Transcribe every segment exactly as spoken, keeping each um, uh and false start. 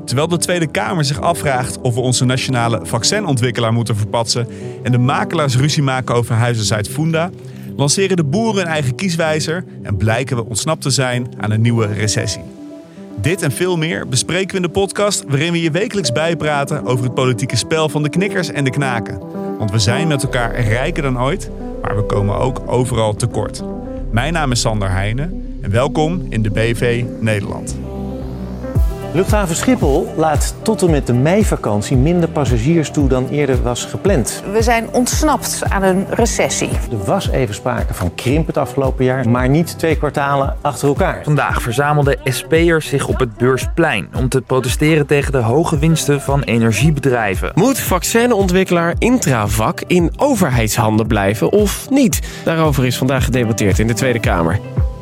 Terwijl de Tweede Kamer zich afvraagt of we onze nationale vaccinontwikkelaar moeten verpatsen en de makelaars ruzie maken over huizensite Funda, lanceren de boeren hun eigen kieswijzer en blijken we ontsnapt te zijn aan een nieuwe recessie. Dit en veel meer bespreken we in de podcast waarin we je wekelijks bijpraten over het politieke spel van de knikkers en de knaken. Want we zijn met elkaar rijker dan ooit, maar we komen ook overal tekort. Mijn naam is Sander Heijnen en welkom in de B V Nederland. Luchthaven Schiphol laat tot en met de meivakantie minder passagiers toe dan eerder was gepland. We zijn ontsnapt aan een recessie. Er was even sprake van krimp het afgelopen jaar, maar niet twee kwartalen achter elkaar. Vandaag verzamelden S P'ers zich op het Beursplein om te protesteren tegen de hoge winsten van energiebedrijven. Moet vaccinontwikkelaar Intravac in overheidshanden blijven of niet? Daarover is vandaag gedebatteerd in de Tweede Kamer.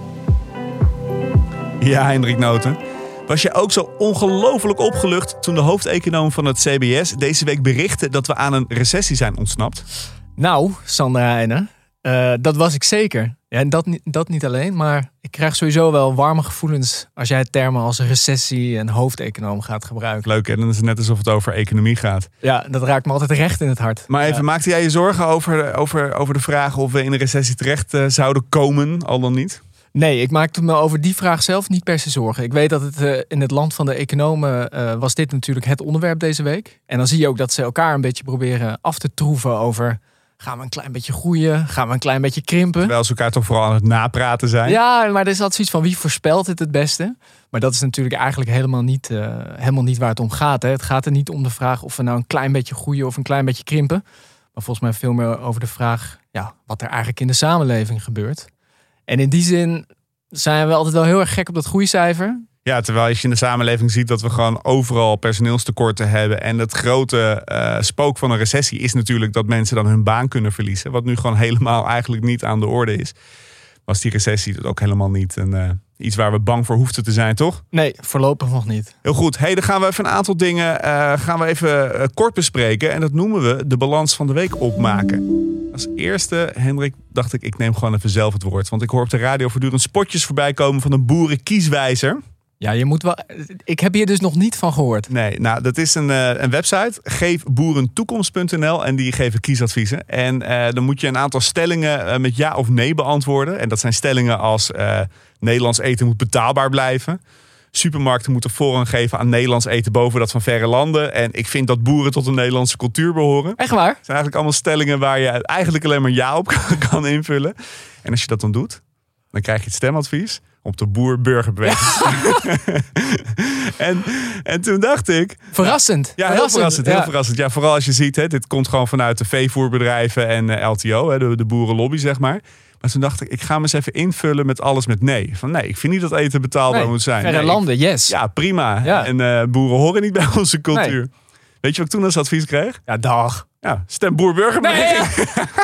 Ja, Hendrik Noten. Was je ook zo ongelooflijk opgelucht toen de hoofdeconoom van het C B S deze week berichtte dat we aan een recessie zijn ontsnapt? Nou, Sander Heijnen, uh, dat was ik zeker. Ja, en dat, dat niet alleen, maar ik krijg sowieso wel warme gevoelens als jij termen als recessie en hoofdeconoom gaat gebruiken. Leuk, hè? Dan is het net alsof het over economie gaat. Ja, dat raakt me altijd recht in het hart. Maar even, ja. Maakte jij je zorgen over, over, over de vraag of we in een recessie terecht uh, zouden komen, al dan niet? Nee, ik maakte me over die vraag zelf niet per se zorgen. Ik weet dat het uh, in het land van de economen uh, was dit natuurlijk het onderwerp deze week. En dan zie je ook dat ze elkaar een beetje proberen af te troeven over... gaan we een klein beetje groeien? Gaan we een klein beetje krimpen? Terwijl ze elkaar toch vooral aan het napraten zijn. Ja, maar er is altijd zoiets van wie voorspelt het het beste? Maar dat is natuurlijk eigenlijk helemaal niet, uh, helemaal niet waar het om gaat. Hè. Het gaat er niet om de vraag of we nou een klein beetje groeien of een klein beetje krimpen. Maar volgens mij veel meer over de vraag ja, wat er eigenlijk in de samenleving gebeurt. En in die zin zijn we altijd wel heel erg gek op dat groeicijfer. Ja, terwijl je in de samenleving ziet dat we gewoon overal personeelstekorten hebben. En het grote uh, spook van een recessie is natuurlijk dat mensen dan hun baan kunnen verliezen. Wat nu gewoon helemaal eigenlijk niet aan de orde is. Was die recessie dat ook helemaal niet een, uh, iets waar we bang voor hoefden te zijn, toch? Nee, voorlopig nog niet. Heel goed. Hey, dan gaan we even een aantal dingen uh, gaan we even uh, kort bespreken. En dat noemen we de balans van de week opmaken. Als eerste, Hendrik, dacht ik, ik neem gewoon even zelf het woord. Want ik hoor op de radio voortdurend spotjes voorbij komen van een boerenkieswijzer. Ja, je moet wel. Ik heb hier dus nog niet van gehoord. Nee, nou, dat is een, uh, een website, geef boeren toekomst punt n l. En die geven kiesadviezen. En uh, dan moet je een aantal stellingen uh, met ja of nee beantwoorden. En dat zijn stellingen als uh, Nederlands eten moet betaalbaar blijven. Supermarkten moeten voorrang geven aan Nederlands eten boven dat van verre landen. En ik vind dat boeren tot de Nederlandse cultuur behoren. Echt waar? Het zijn eigenlijk allemaal stellingen waar je eigenlijk alleen maar ja op kan, kan invullen. En als je dat dan doet, dan krijg je het stemadvies op de boer-burgerbeweging. Ja. en, en toen dacht ik... Verrassend. Ja, heel verrassend. verrassend. Heel ja. verrassend. Ja, vooral als je ziet, hè, dit komt gewoon vanuit de veevoerbedrijven en uh, L T O, hè, de, de boerenlobby, zeg maar. Maar toen dacht ik, ik ga me eens even invullen met alles met nee. Van nee, ik vind niet dat eten betaalbaar nee, moet zijn. Verre nee, landen, ik, yes. Ja, prima. Ja. En uh, boeren horen niet bij onze cultuur. Nee. Weet je wat ik toen als advies kreeg? Ja, dag. Ja, stem boer-burgerbeweging. Nee, ja.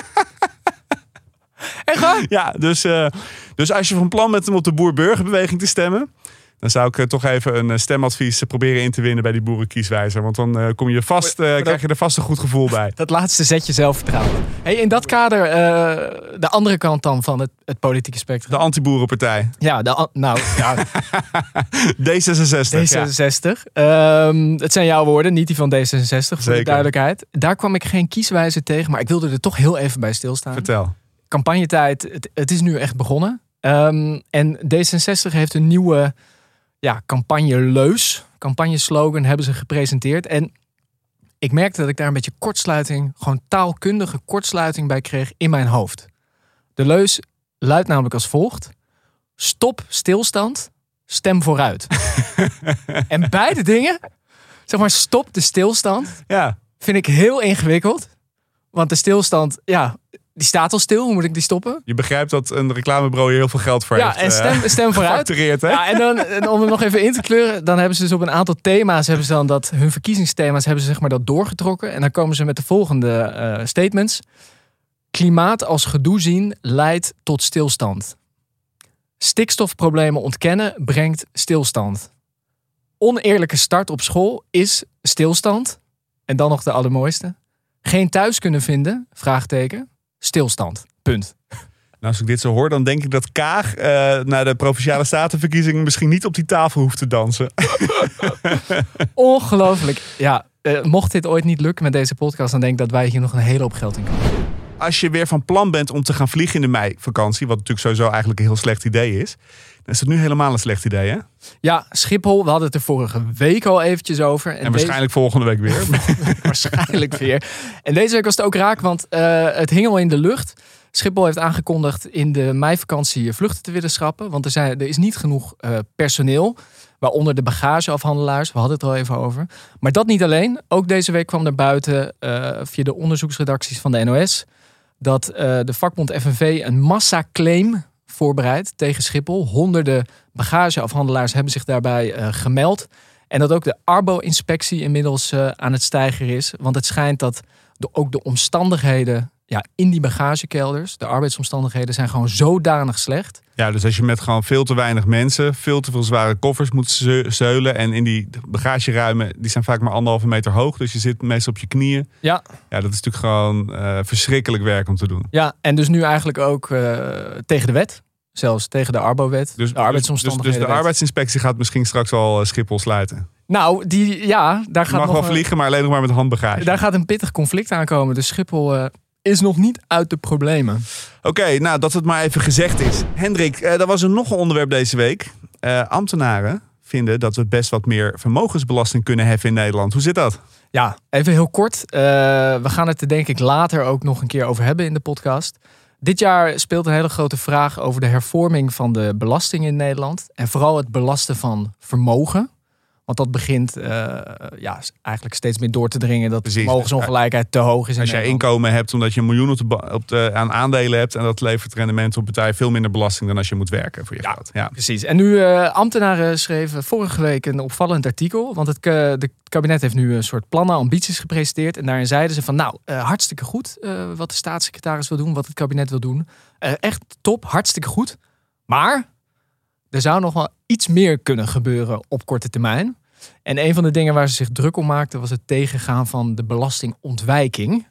Echt waar? Ja, dus, uh, dus als je van plan bent om op de boer-burgerbeweging te stemmen, dan zou ik uh, toch even een uh, stemadvies uh, proberen in te winnen bij die boerenkieswijzer. Want dan uh, kom je vast, uh, krijg je er vast een goed gevoel bij. Dat laatste zet je zelfvertrouwen. Hey, in dat kader, uh, de andere kant dan van het, het politieke spectrum. De anti-boerenpartij. Ja, de, nou, ja. D zesenzestig. D zesenzestig. Ja. Um, het zijn jouw woorden, niet die van D zesenzestig, voor Zeker. de duidelijkheid. Daar kwam ik geen kieswijzer tegen, maar ik wilde er toch heel even bij stilstaan. Vertel. Campagnetijd, het, het is nu echt begonnen. Um, en D zesenzestig heeft een nieuwe ja, campagneleus, campagneslogan hebben ze gepresenteerd. En ik merkte dat ik daar een beetje kortsluiting, gewoon taalkundige kortsluiting bij kreeg in mijn hoofd. De leus luidt namelijk als volgt: stop stilstand, stem vooruit. En beide dingen, zeg maar stop de stilstand, ja. vind ik heel ingewikkeld. Want de stilstand, ja, die staat al stil. Hoe moet ik die stoppen? Je begrijpt dat een reclamebureau hier heel veel geld voor ja, heeft. Ja, en stem, stem vooruit. Hè? Ja, en, dan, en om het nog even in te kleuren, dan hebben ze dus op een aantal thema's, hebben ze dan dat, hun verkiezingsthema's, hebben ze zeg maar dat doorgetrokken. En dan komen ze met de volgende uh, statements. Klimaat als gedoe zien leidt tot stilstand. Stikstofproblemen ontkennen brengt stilstand. Oneerlijke start op school is stilstand. En dan nog de allermooiste. Geen thuis kunnen vinden, vraagteken, stilstand. Punt. Nou, als ik dit zo hoor, dan denk ik dat Kaag uh, naar de Provinciale Statenverkiezingen misschien niet op die tafel hoeft te dansen. Ongelooflijk. Ja, uh, mocht dit ooit niet lukken met deze podcast, dan denk ik dat wij hier nog een hele hoop geld in kunnen. Als je weer van plan bent om te gaan vliegen in de meivakantie, wat natuurlijk sowieso eigenlijk een heel slecht idee is, dan is het nu helemaal een slecht idee, hè? Ja, Schiphol, we hadden het er vorige week al eventjes over. En, en waarschijnlijk deze... volgende week weer. waarschijnlijk weer. En deze week was het ook raak, want uh, het hing al in de lucht. Schiphol heeft aangekondigd in de meivakantie vluchten te willen schrappen. Want er, zijn, er is niet genoeg uh, personeel, waaronder de bagageafhandelaars. We hadden het er al even over. Maar dat niet alleen. Ook deze week kwam er buiten uh, via de onderzoeksredacties van de N O S... dat uh, de vakbond F N V een massaclaim voorbereidt tegen Schiphol. Honderden bagageafhandelaars hebben zich daarbij uh, gemeld. En dat ook de Arbo-inspectie inmiddels uh, aan het stijgen is. Want het schijnt dat de, ook de omstandigheden ja, in die bagagekelders, de arbeidsomstandigheden, zijn gewoon zodanig slecht. Ja, dus als je met gewoon veel te weinig mensen, veel te veel zware koffers moet zeulen. En in die bagageruimen, die zijn vaak maar anderhalve meter hoog. Dus je zit meestal op je knieën. Ja, ja dat is natuurlijk gewoon uh, verschrikkelijk werk om te doen. Ja, en dus nu eigenlijk ook uh, tegen de wet. Zelfs tegen de Arbo-wet. Dus de arbeidsomstandigheden. Dus, dus de arbeidsinspectie gaat misschien straks al Schiphol sluiten. Nou, die, ja, daar gaat je mag nog wel een, vliegen, maar alleen nog maar met handbagage. Daar gaat een pittig conflict aankomen. Dus Schiphol uh, is nog niet uit de problemen. Oké, okay, nou dat het maar even gezegd is. Hendrik, uh, er was er nog een onderwerp deze week. Uh, ambtenaren vinden dat we best wat meer vermogensbelasting kunnen heffen in Nederland. Hoe zit dat? Ja, even heel kort. Uh, we gaan het er denk ik later ook nog een keer over hebben in de podcast. Dit jaar speelt een hele grote vraag over de hervorming van de belasting in Nederland. En vooral het belasten van vermogen. Want dat begint uh, ja, eigenlijk steeds meer door te dringen dat de vermogensongelijkheid te hoog is. In Als jij inkomen hebt omdat je een miljoen op de, op de, aan aandelen hebt en dat levert rendement op, betaal je veel minder belasting dan als je moet werken voor je ja, geld. Ja, precies. En nu uh, ambtenaren schreven vorige week een opvallend artikel. Want het, uh, de kabinet heeft nu een soort plannen, ambities gepresenteerd. En daarin zeiden ze van nou, uh, hartstikke goed uh, wat de staatssecretaris wil doen, wat het kabinet wil doen. Uh, echt top, hartstikke goed. Maar er zou nog wel iets meer kunnen gebeuren op korte termijn. En een van de dingen waar ze zich druk om maakten was het tegengaan van de belastingontwijking.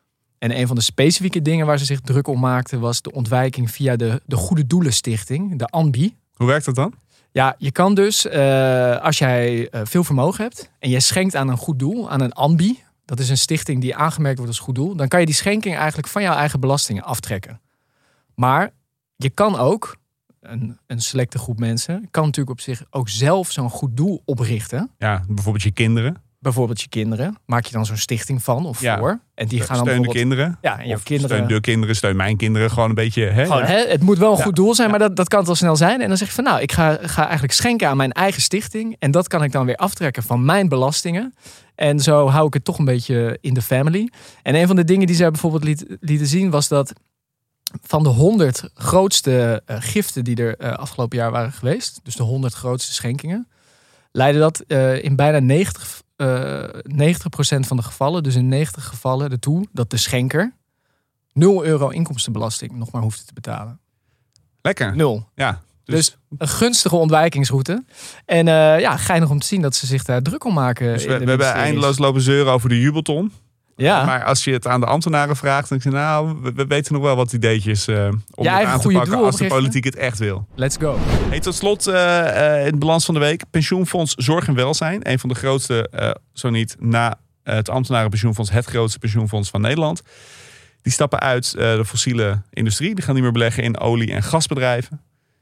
En een van de specifieke dingen waar ze zich druk om maakten was de ontwijking via de, de Goede Doelenstichting, de A N B I. Hoe werkt dat dan? Ja, je kan dus, uh, als jij uh, veel vermogen hebt en je schenkt aan een goed doel, aan een A N B I, dat is een stichting die aangemerkt wordt als goed doel, dan kan je die schenking eigenlijk van jouw eigen belastingen aftrekken. Maar je kan ook, Een, een selecte groep mensen kan natuurlijk op zich ook zelf zo'n goed doel oprichten. Ja, bijvoorbeeld je kinderen. Bijvoorbeeld je kinderen. Maak je dan zo'n stichting van of ja. voor. En die gaan dan steun de kinderen. Ja, en jouw of kinderen. Steun de kinderen, steun mijn kinderen. Gewoon een beetje. Hè, gewoon, ja. hè, het moet wel een ja. goed doel zijn, ja. maar dat, dat kan het wel snel zijn. En dan zeg je van nou, ik ga, ga eigenlijk schenken aan mijn eigen stichting. En dat kan ik dan weer aftrekken van mijn belastingen. En zo hou ik het toch een beetje in de family. En een van de dingen die zij bijvoorbeeld liet, lieten zien was dat van de honderd grootste uh, giften die er uh, afgelopen jaar waren geweest, dus de honderd grootste schenkingen, leidde dat uh, in bijna negentig, uh, negentig procent van de gevallen, dus in negentig gevallen ertoe dat de schenker nul euro inkomstenbelasting nog maar hoefde te betalen. Lekker. Nul. Ja. Dus, dus een gunstige ontwijkingsroute. En uh, ja, geinig om te zien dat ze zich daar druk om maken. Dus we, we hebben eindeloos lopen zeuren over de jubelton. Ja. Maar als je het aan de ambtenaren vraagt, dan denk je, nou, we, we weten nog wel wat ideetjes uh, om ja, het aan te pakken als de oprichten. politiek het echt wil. Let's go. Hey, tot slot, uh, uh, in het balans van de week, pensioenfonds Zorg en Welzijn. Een van de grootste, uh, zo niet na uh, het ambtenarenpensioenfonds, het grootste pensioenfonds van Nederland. Die stappen uit uh, de fossiele industrie. Die gaan niet meer beleggen in olie- en gasbedrijven.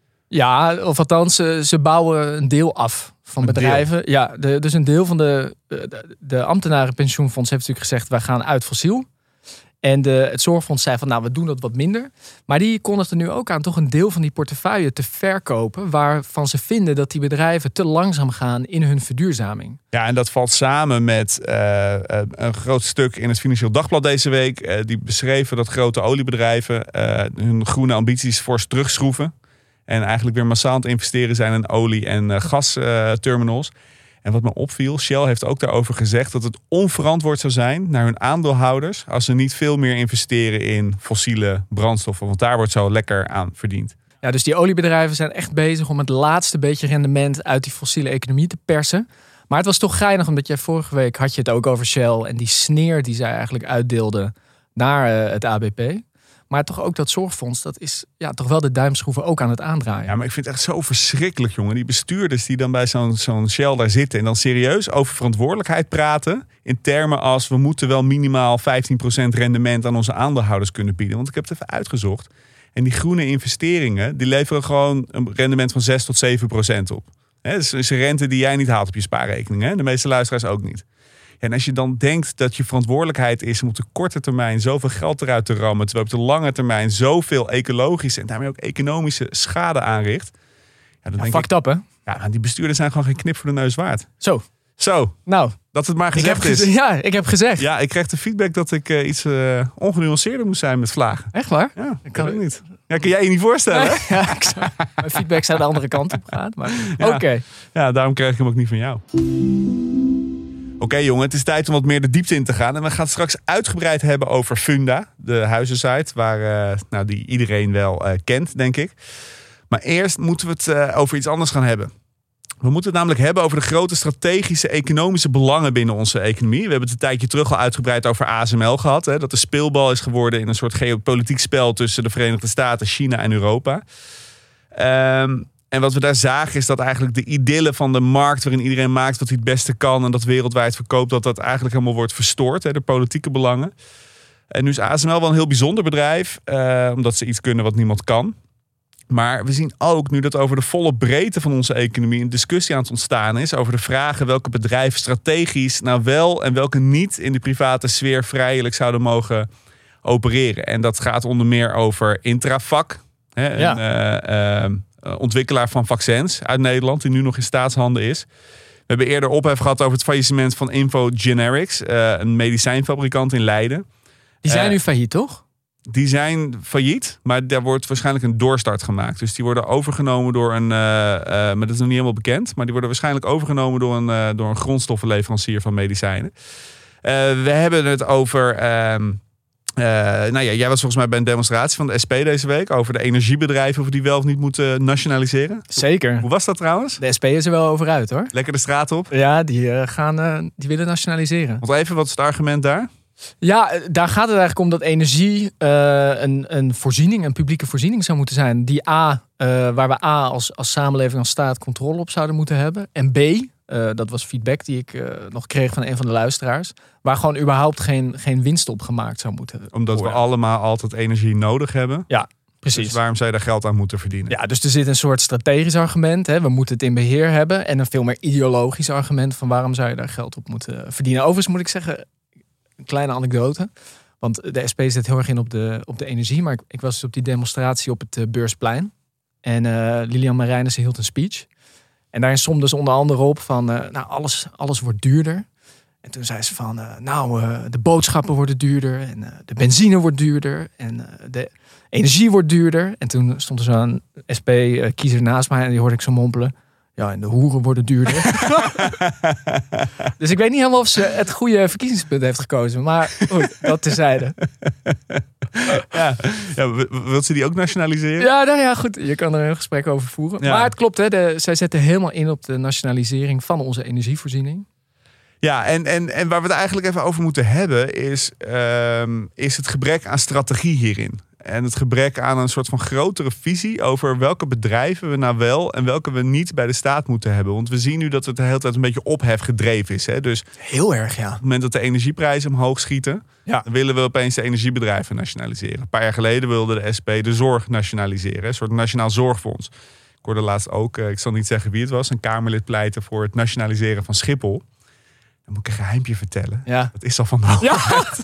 Ja, of althans, ze, ze bouwen een deel af van een bedrijven. Deel. Ja, de, dus een deel van de, de, de ambtenarenpensioenfonds heeft natuurlijk gezegd, wij gaan uit fossiel. En de, het zorgfonds zei van, nou, we doen dat wat minder. Maar die kondigden nu ook aan toch een deel van die portefeuille te verkopen, waarvan ze vinden dat die bedrijven te langzaam gaan in hun verduurzaming. Ja, en dat valt samen met uh, een groot stuk in het Financieel Dagblad deze week. Uh, die beschreven dat grote oliebedrijven uh, hun groene ambities fors terugschroeven. En eigenlijk weer massaal aan het investeren zijn in olie- en uh, gasterminals. Uh, en wat me opviel, Shell heeft ook daarover gezegd dat het onverantwoord zou zijn naar hun aandeelhouders als ze niet veel meer investeren in fossiele brandstoffen. Want daar wordt zo lekker aan verdiend. Ja, dus die oliebedrijven zijn echt bezig om het laatste beetje rendement uit die fossiele economie te persen. Maar het was toch geinig, omdat jij vorige week had je het ook over Shell en die sneer die zij eigenlijk uitdeelden naar uh, het A B P. Maar toch ook dat zorgfonds, dat is ja, toch wel de duimschroeven ook aan het aandraaien. Ja, maar ik vind het echt zo verschrikkelijk, jongen. Die bestuurders die dan bij zo'n, zo'n Shell daar zitten en dan serieus over verantwoordelijkheid praten in termen als we moeten wel minimaal vijftien procent rendement aan onze aandeelhouders kunnen bieden. Want ik heb het even uitgezocht. En die groene investeringen, die leveren gewoon een rendement van zes tot zeven procent op. He, dat is een rente die jij niet haalt op je spaarrekening. Hè? De meeste luisteraars ook niet. En als je dan denkt dat je verantwoordelijkheid is om op de korte termijn zoveel geld eruit te rammen, terwijl op de lange termijn zoveel ecologische en daarmee ook economische schade aanricht. Ja, dan Ja, denk fucked ik, up, hè? ja, die bestuurders zijn gewoon geen knip voor de neus waard. Zo, Zo, nou, dat het maar ik gezegd heb is. geze- ja, ik heb gezegd. Ja, ik kreeg de feedback dat ik uh, iets uh, ongenuanceerder moest zijn met vlagen. Echt waar? Ja, ik kan kan ook het- niet. Ja, kan jij je niet voorstellen? Nee, ja, ik zou- mijn feedback zou de andere kant op gaan. Maar oké. Ja. Ja, daarom krijg ik hem ook niet van jou. Oké okay, jongen, het is tijd om wat meer de diepte in te gaan. En we gaan het straks uitgebreid hebben over Funda, de huizensite, waar, uh, nou, die iedereen wel uh, kent, denk ik. Maar eerst moeten we het uh, over iets anders gaan hebben. We moeten het namelijk hebben over de grote strategische economische belangen binnen onze economie. We hebben het een tijdje terug al uitgebreid over A S M L gehad. Hè, dat de speelbal is geworden in een soort geopolitiek spel tussen de Verenigde Staten, China en Europa. Um, en wat we daar zagen is dat eigenlijk de idylle van de markt, waarin iedereen maakt wat hij het beste kan en dat wereldwijd verkoopt, dat dat eigenlijk helemaal wordt verstoord, hè, de politieke belangen. En nu is A S M L wel een heel bijzonder bedrijf, uh, omdat ze iets kunnen wat niemand kan. Maar we zien ook nu dat over de volle breedte van onze economie een discussie aan het ontstaan is over de vragen welke bedrijven strategisch nou wel en welke niet in de private sfeer vrijelijk zouden mogen opereren. En dat gaat onder meer over Intravac, hè, Ja. een uh, uh, ontwikkelaar van vaccins uit Nederland die nu nog in staatshanden is. We hebben eerder ophef gehad over het faillissement van Info Generics, uh, een medicijnfabrikant in Leiden. Die zijn Uh, nu failliet, toch? Die zijn failliet, maar daar wordt waarschijnlijk een doorstart gemaakt. Dus die worden overgenomen door een, uh, uh, maar dat is nog niet helemaal bekend, maar die worden waarschijnlijk overgenomen door een, uh, door een grondstoffenleverancier van medicijnen. Uh, we hebben het over, uh, uh, nou ja, jij was volgens mij bij een demonstratie van de S P deze week over de energiebedrijven, of die wel of niet moeten nationaliseren. Zeker. Hoe was dat trouwens? De S P is er wel over uit, hoor. Lekker de straat op. Ja, die, uh, gaan, uh, die willen nationaliseren. Want even, wat is het argument daar? Ja, daar gaat het eigenlijk om dat energie uh, een, een voorziening, een publieke voorziening zou moeten zijn. Die A, uh, waar we A als, als samenleving, als staat controle op zouden moeten hebben. En B, uh, dat was feedback die ik uh, nog kreeg van een van de luisteraars, waar gewoon überhaupt geen, geen winst op gemaakt zou moeten Omdat worden. we allemaal altijd energie nodig hebben. Ja, precies. Dus waarom zou je daar geld aan moeten verdienen? Ja, dus er zit een soort strategisch argument. Hè. We moeten het in beheer hebben. En een veel meer ideologisch argument van waarom zou je daar geld op moeten verdienen. Overigens moet ik zeggen, een kleine anekdote. Want de S P zit heel erg in op de, op de energie. Maar ik, ik was dus op die demonstratie op het uh, Beursplein. En uh, Lilian Marijnissen hield een speech. En daarin somde ze onder andere op van, uh, nou, alles, alles wordt duurder. En toen zei ze van, uh, nou, uh, de boodschappen worden duurder. En uh, de benzine wordt duurder. En uh, de energie wordt duurder. En toen stond er zo'n S P-kiezer naast mij en die hoorde ik zo mompelen. Ja, en de hoeren worden duurder. Dus ik weet niet helemaal of ze het goede verkiezingspunt heeft gekozen. Maar goed, dat terzijde. Ja, ja, wil ze die ook nationaliseren? Ja, nou ja, goed. Je kan er een gesprek over voeren. Ja. Maar het klopt, hè. De, zij zetten helemaal in op de nationalisering van onze energievoorziening. Ja, en, en, en waar we het eigenlijk even over moeten hebben is, um, is het gebrek aan strategie hierin. En het gebrek aan een soort van grotere visie over welke bedrijven we nou wel en welke we niet bij de staat moeten hebben. Want we zien nu dat het de hele tijd een beetje ophef gedreven is. Hè? Dus Heel erg, ja. op het moment dat de energieprijzen omhoog schieten, Ja. dan willen we opeens de energiebedrijven nationaliseren. Een paar jaar geleden wilde de S P de zorg nationaliseren. Een soort nationaal zorgfonds. Ik hoorde laatst ook, ik zal niet zeggen wie het was, een Kamerlid pleiten voor het nationaliseren van Schiphol. Dan moet ik een geheimpje vertellen. Ja. Dat is al van de hand. Ja.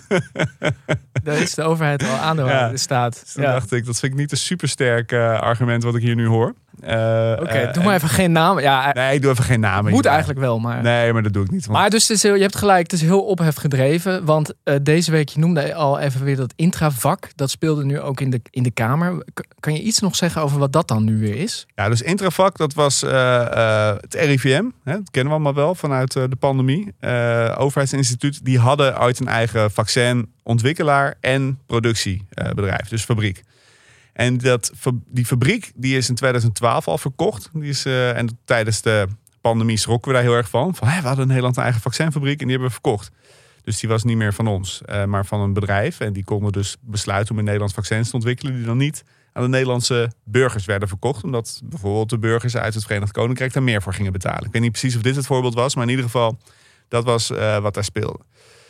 Daar is de overheid al aan de Ja. staat. Dus toen Ja. dacht ik, dat vind ik niet een supersterk uh, argument wat ik hier nu hoor. Uh, Oké, uh, doe maar even geen naam. Ja, Nee, ik doe even geen namen. moet hierbij. eigenlijk wel, maar... Nee, maar dat doe ik niet. Want... Maar dus het is heel, je hebt gelijk, het is heel ophef gedreven. Want uh, deze week, je noemde al even weer dat Intravak. Dat speelde nu ook in de, in de Kamer. K- kan je iets nog zeggen over wat dat dan nu weer is? Ja, dus Intravak, dat was uh, uh, het R I V M. Hè, dat kennen we allemaal wel vanuit uh, de pandemie. Uh, overheidsinstituut, die hadden uit een eigen vaccinontwikkelaar en productiebedrijf, dus fabriek. En dat, die fabriek die is in tweeduizend twaalf al verkocht. Die is, uh, en tijdens de pandemie schrokken we daar heel erg van. van hè, we hadden in Nederland een eigen vaccinfabriek en die hebben we verkocht. Dus die was niet meer van ons, uh, maar van een bedrijf. En die konden dus besluiten om in Nederland vaccins te ontwikkelen die dan niet aan de Nederlandse burgers werden verkocht. Omdat bijvoorbeeld de burgers uit het Verenigd Koninkrijk daar meer voor gingen betalen. Ik weet niet precies of dit het voorbeeld was, maar in ieder geval, dat was uh, wat daar speelde.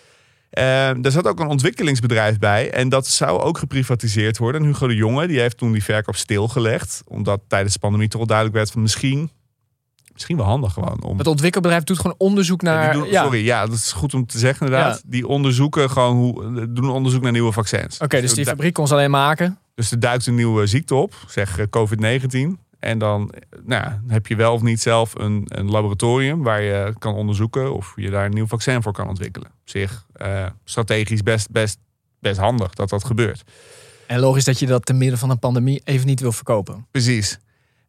Uh, er zat ook een ontwikkelingsbedrijf bij en dat zou ook geprivatiseerd worden. En Hugo de Jonge die heeft toen die verkoop stilgelegd. Omdat tijdens de pandemie toch al duidelijk werd van misschien... Misschien wel handig gewoon. Om... Het ontwikkelbedrijf doet gewoon onderzoek naar... Ja, doen, ja. Sorry, ja, dat is goed om te zeggen inderdaad. Ja. Die onderzoeken gewoon hoe, doen onderzoek naar nieuwe vaccins. Oké, okay, dus die fabriek kon ze alleen maken. Dus er duikt een nieuwe ziekte op, zeg covid negentien. En dan nou, heb je wel of niet zelf een, een laboratorium waar je kan onderzoeken of je daar een nieuw vaccin voor kan ontwikkelen. Op zich uh, strategisch best, best, best handig dat dat gebeurt. En logisch dat je dat te midden van een pandemie even niet wil verkopen. Precies.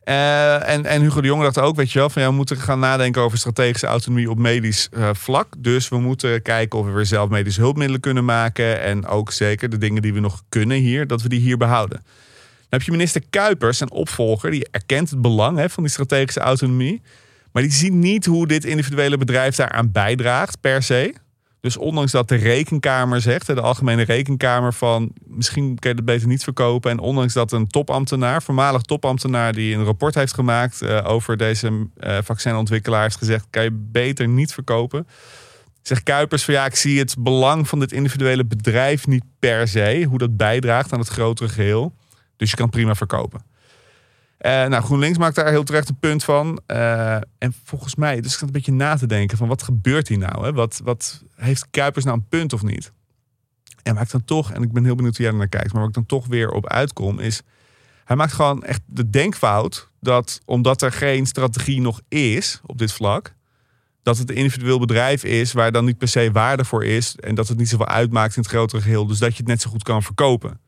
Uh, en, en Hugo de Jonge dacht ook, weet je wel, van ja, we moeten gaan nadenken over strategische autonomie op medisch uh, vlak. Dus we moeten kijken of we weer zelf medische hulpmiddelen kunnen maken. En ook zeker de dingen die we nog kunnen hier, dat we die hier behouden. Dan heb je minister Kuipers, zijn opvolger, die erkent het belang hè, van die strategische autonomie. Maar die ziet niet hoe dit individuele bedrijf daaraan bijdraagt per se. Dus ondanks dat de rekenkamer zegt, de Algemene Rekenkamer van misschien kun je het beter niet verkopen. En ondanks dat een topambtenaar, voormalig topambtenaar die een rapport heeft gemaakt uh, over deze uh, vaccinontwikkelaar heeft gezegd, kan je beter niet verkopen. Zegt Kuipers van ja, ik zie het belang van dit individuele bedrijf niet per se, hoe dat bijdraagt aan het grotere geheel. Dus je kan het prima verkopen. Uh, nou, GroenLinks maakt daar heel terecht een punt van. Uh, en volgens mij, dus ik zat een beetje na te denken van wat gebeurt hier nou? Hè? Wat, wat heeft Kuipers nou een punt of niet? En waar ik dan toch, en ik ben heel benieuwd hoe jij er naar kijkt, maar waar ik dan toch weer op uitkom is, hij maakt gewoon echt de denkfout dat omdat er geen strategie nog is op dit vlak, dat het een individueel bedrijf is waar dan niet per se waarde voor is en dat het niet zoveel uitmaakt in het grotere geheel, dus dat je het net zo goed kan verkopen.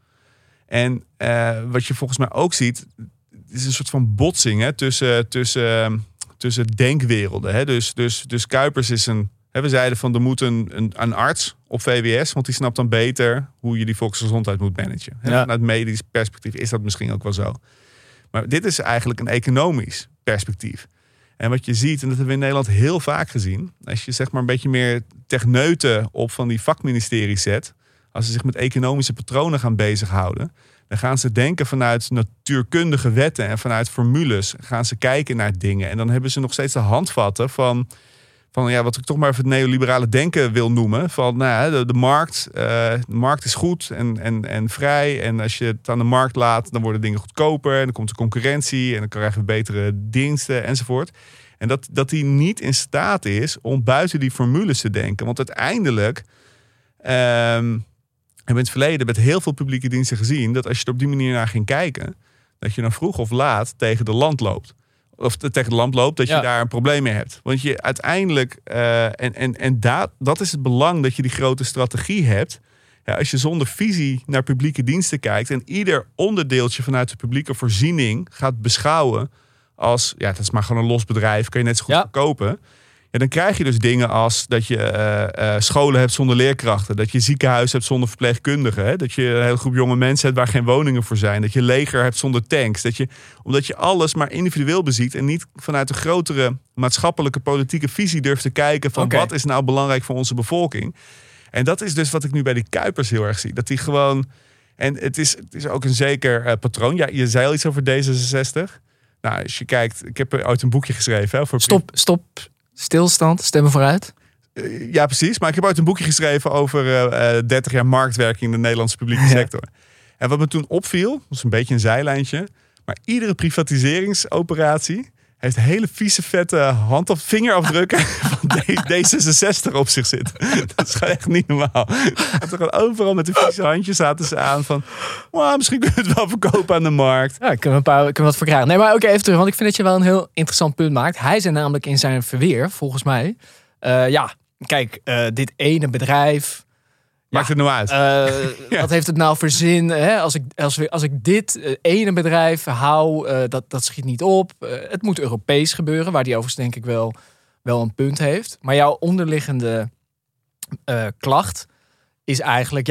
En uh, wat je volgens mij ook ziet, is een soort van botsing hè, tussen, tussen, tussen denkwerelden. Hè. Dus, dus, dus Kuipers is een... Hè, we zeiden van er moet een, een, een arts op V W S, want die snapt dan beter hoe je die volksgezondheid moet managen. Hè. Ja. Vanuit medisch perspectief is dat misschien ook wel zo. Maar dit is eigenlijk een economisch perspectief. En wat je ziet, en dat hebben we in Nederland heel vaak gezien, als je zeg maar een beetje meer techneuten op van die vakministeries zet, als ze zich met economische patronen gaan bezighouden, dan gaan ze denken vanuit natuurkundige wetten en vanuit formules. Gaan ze kijken naar dingen. En dan hebben ze nog steeds de handvatten van, van ja, wat ik toch maar even het neoliberale denken wil noemen. Van nou, de, de markt. Uh, de markt is goed en, en, en vrij. En als je het aan de markt laat, dan worden dingen goedkoper. En dan komt de concurrentie en dan krijgen we betere diensten enzovoort. En dat, dat die niet in staat is om buiten die formules te denken. Want uiteindelijk Um, we hebben in het verleden met heel veel publieke diensten gezien dat als je er op die manier naar ging kijken, dat je dan vroeg of laat tegen de lamp loopt. Of tegen de lamp loopt, dat je ja. daar een probleem mee hebt. Want je uiteindelijk, uh, en, en, en da, dat is het belang dat je die grote strategie hebt. Ja, als je zonder visie naar publieke diensten kijkt en ieder onderdeeltje vanuit de publieke voorziening gaat beschouwen als, ja, dat is maar gewoon een los bedrijf, kan je net zo goed ja. verkopen. Ja, dan krijg je dus dingen als dat je uh, uh, scholen hebt zonder leerkrachten. Dat je ziekenhuizen hebt zonder verpleegkundigen. Hè? Dat je een hele groep jonge mensen hebt waar geen woningen voor zijn. Dat je leger hebt zonder tanks. Dat je, omdat je alles maar individueel beziet en niet vanuit de grotere maatschappelijke politieke visie durft te kijken van okay. wat is nou belangrijk voor onze bevolking. En dat is dus wat ik nu bij die Kuipers heel erg zie. Dat die gewoon, en het is, het is ook een zeker uh, patroon. Ja, je zei al iets over D zesenzestig. Nou, als je kijkt, ik heb ooit een boekje geschreven. Hè, voor stop, stop. Stilstand, stemmen vooruit? Uh, ja, precies. Maar ik heb ooit een boekje geschreven over uh, dertig jaar marktwerking in de Nederlandse publieke ja. sector. En wat me toen opviel, dat is een beetje een zijlijntje, maar iedere privatiseringsoperatie heeft hele vieze, vette hand- of vingerafdrukken van D zesenzestig op zich zitten. Dat is gewoon echt niet normaal. Dat er gewoon overal met de vieze handjes zaten ze aan van, well, misschien kunnen we het wel verkopen aan de markt. Ja, kunnen we een paar, kunnen we wat voor krijgen. Nee, maar oké, even terug, want ik vind dat je wel een heel interessant punt maakt. Hij zei namelijk in zijn verweer, volgens mij, uh, ja, kijk, uh, dit ene bedrijf, maakt het nou uit? Uh, ja. Wat heeft het nou voor zin? Hè? Als, ik, als, we, als ik dit uh, ene bedrijf hou, uh, dat, dat schiet niet op. Uh, het moet Europees gebeuren, waar die overigens denk ik wel, wel een punt heeft. Maar jouw onderliggende uh, klacht is eigenlijk, ja,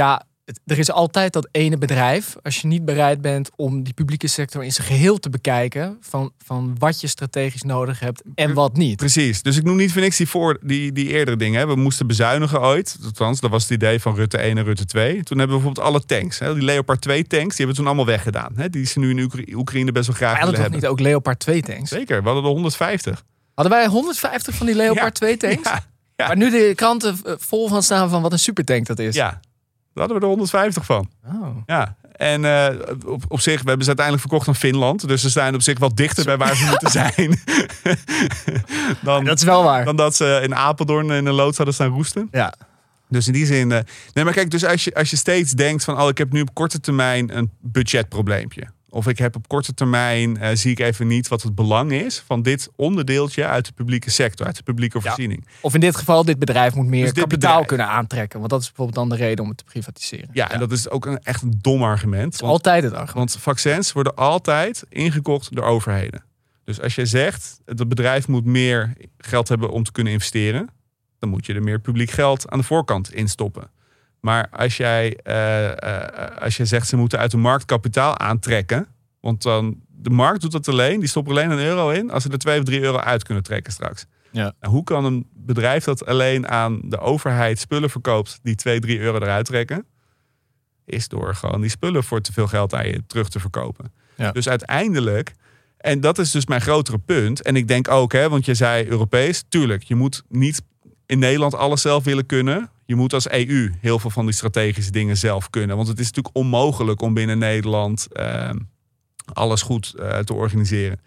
het, er is altijd dat ene bedrijf. Als je niet bereid bent om die publieke sector in zijn geheel te bekijken. Van, van wat je strategisch nodig hebt en wat niet. Precies. Dus ik noem niet voor niks die, voor, die, die eerdere dingen. Hè. We moesten bezuinigen ooit. Althans, dat was het idee van Rutte één en Rutte twee. Toen hebben we bijvoorbeeld alle tanks. Hè. Die Leopard twee tanks, die hebben we toen allemaal weggedaan. Hè. Die ze nu in Oekra- Oekraïne best wel graag Maar willen hadden toch hebben. niet ook Leopard twee tanks? Zeker, we hadden er honderdvijftig. Hadden wij honderdvijftig van die Leopard Ja. twee tanks? Ja. Ja. Waar nu de kranten eh, vol van staan van wat een supertank dat is. Ja, daar hadden we er honderdvijftig van. Oh. Ja, en uh, op, op zich, we hebben ze uiteindelijk verkocht aan Finland. Dus ze staan op zich wel dichter bij waar ze moeten zijn. dan, Dat is wel waar. dan dat ze in Apeldoorn in een loods hadden staan roesten. Ja. Dus in die zin... Uh, nee, maar kijk, dus als je, als je steeds denkt van... oh, ik heb nu op korte termijn een budgetprobleempje. Of ik heb op korte termijn... Uh, zie ik even niet wat het belang is... van dit onderdeeltje uit de publieke sector. Uit de publieke voorziening. Ja. Of in dit geval, dit bedrijf moet meer Dus dit kapitaal bedrijf. kunnen aantrekken. Want dat is bijvoorbeeld dan de reden om het te privatiseren. Ja, en dat is ook een, echt een dom argument. Dat is Want, altijd het argument. want vaccins worden altijd ingekocht door overheden. Dus als jij zegt... dat het bedrijf moet meer geld hebben om te kunnen investeren... dan moet je er meer publiek geld aan de voorkant in stoppen. Maar als jij, uh, uh, als jij zegt ze moeten uit de markt kapitaal aantrekken... want dan de markt doet dat alleen, die stopt er alleen een euro in... als ze er twee of drie euro uit kunnen trekken straks. Ja. Nou, hoe kan een bedrijf dat alleen aan de overheid spullen verkoopt... die twee, drie euro eruit trekken? Is door gewoon die spullen voor te veel geld aan je terug te verkopen. Ja. Dus uiteindelijk... en dat is dus mijn grotere punt. En ik denk ook, hè, want je zei Europees... tuurlijk, je moet niet in Nederland alles zelf willen kunnen... Je moet als E U heel veel van die strategische dingen zelf kunnen. Want het is natuurlijk onmogelijk om binnen Nederland uh, alles goed uh, te organiseren.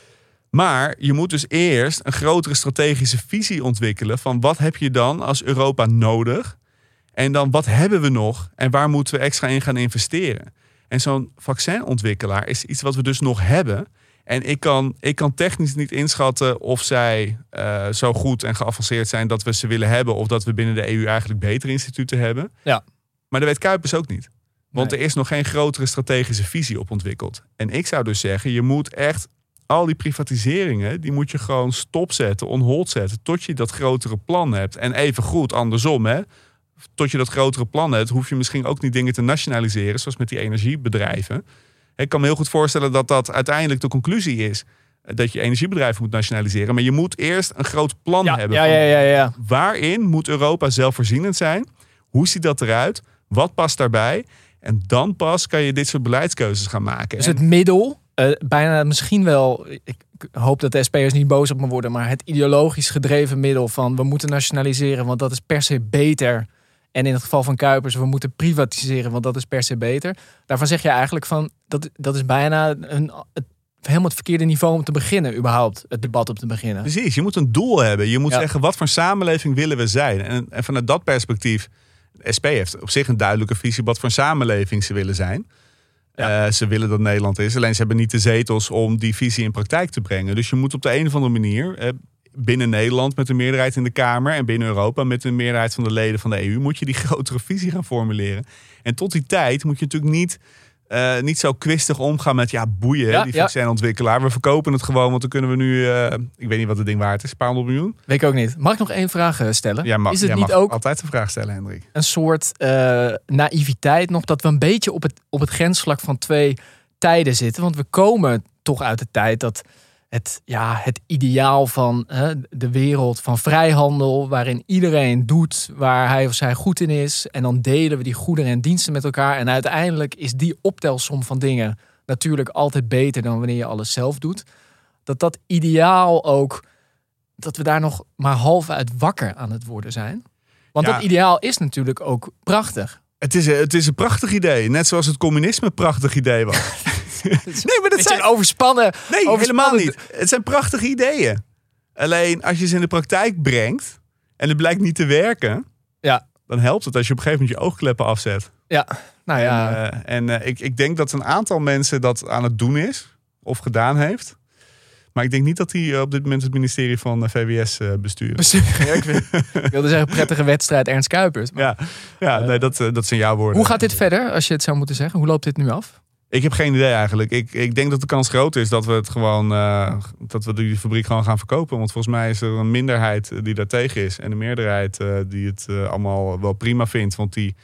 Maar je moet dus eerst een grotere strategische visie ontwikkelen... van wat heb je dan als Europa nodig? En dan wat hebben we nog? En waar moeten we extra in gaan investeren? En zo'n vaccinontwikkelaar is iets wat we dus nog hebben... En ik kan, ik kan technisch niet inschatten of zij uh, zo goed en geavanceerd zijn dat we ze willen hebben. Of dat we binnen de E U eigenlijk betere instituten hebben. Ja. Maar dat weet Kuipers ook niet. Want Nee. er is nog geen grotere strategische visie op ontwikkeld. En ik zou dus zeggen, je moet echt al die privatiseringen, die moet je gewoon stopzetten, on hold zetten. Tot je dat grotere plan hebt. En even goed andersom, hè. Tot je dat grotere plan hebt, hoef je misschien ook niet dingen te nationaliseren. Zoals met die energiebedrijven. Ik kan me heel goed voorstellen dat dat uiteindelijk de conclusie is... dat je energiebedrijven moet nationaliseren. Maar je moet eerst een groot plan Ja, hebben. ja, van ja, ja, ja. waarin moet Europa zelfvoorzienend zijn? Hoe ziet dat eruit? Wat past daarbij? En dan pas kan je dit soort beleidskeuzes gaan maken. Dus En- het middel, uh, bijna misschien wel... Ik hoop dat de S P'ers niet boos op me worden... maar het ideologisch gedreven middel van... we moeten nationaliseren, want dat is per se beter... En in het geval van Kuipers, we moeten privatiseren, want dat is per se beter. Daarvan zeg je eigenlijk van, dat, dat is bijna een, het, helemaal het verkeerde niveau om te beginnen, überhaupt, het debat op te beginnen. Precies, je moet een doel hebben. Je moet Ja. zeggen, wat voor samenleving willen we zijn? En, en vanuit dat perspectief, de S P heeft op zich een duidelijke visie... wat voor samenleving ze willen zijn. Ja. Uh, ze willen dat Nederland is. Alleen ze hebben niet de zetels om die visie in praktijk te brengen. Dus je moet op de een of andere manier... Uh, binnen Nederland met een meerderheid in de Kamer... en binnen Europa met een meerderheid van de leden van de E U... moet je die grotere visie gaan formuleren. En tot die tijd moet je natuurlijk niet... Uh, niet zo kwistig omgaan met, ja, boeien, Ja, die ja. vaccinontwikkelaar. We verkopen het gewoon, want dan kunnen we nu... Uh, ik weet niet wat het ding waard is, een paar honderd miljoen. Weet ik ook niet. Mag ik nog één vraag uh, stellen? Ja, mag, is het jij niet mag ook altijd een vraag stellen, Hendrik. een soort uh, naïviteit nog... dat we een beetje op het, op het grensvlak van twee tijden zitten? Want we komen toch uit de tijd dat... Het, ja, het ideaal van hè, de wereld van vrijhandel... waarin iedereen doet waar hij of zij goed in is... en dan delen we die goederen en diensten met elkaar... en uiteindelijk is die optelsom van dingen... natuurlijk altijd beter dan wanneer je alles zelf doet. Dat dat ideaal ook... dat we daar nog maar half uit wakker aan het worden zijn. Want Ja. dat ideaal is natuurlijk ook prachtig. Het is, een, het is een prachtig idee. Net zoals het communisme een prachtig idee was. nee, maar dat Het zijn... zijn overspannen... Nee, overspannen- helemaal niet. Het zijn prachtige ideeën. Alleen als je ze in de praktijk brengt... en het blijkt niet te werken... Ja. dan helpt het als je op een gegeven moment je oogkleppen afzet. Ja, nou ja... En, uh, en uh, ik, ik denk dat een aantal mensen dat aan het doen is. Of gedaan heeft. Maar ik denk niet dat hij uh, op dit moment het ministerie van uh, V W S uh, bestuurt. bestuur. Ja, ik, wil- ik wilde zeggen, prettige wedstrijd Ernst Kuipers. Maar Ja, ja nee, dat, uh, dat zijn jouw woorden. hoe gaat dit verder, als je het zou moeten zeggen? Hoe loopt dit nu af? Ik heb geen idee eigenlijk. Ik, ik denk dat de kans groot is dat we het gewoon uh, dat we die fabriek gewoon gaan verkopen. Want volgens mij is er een minderheid die daar tegen is. En een meerderheid uh, die het uh, allemaal wel prima vindt. Want die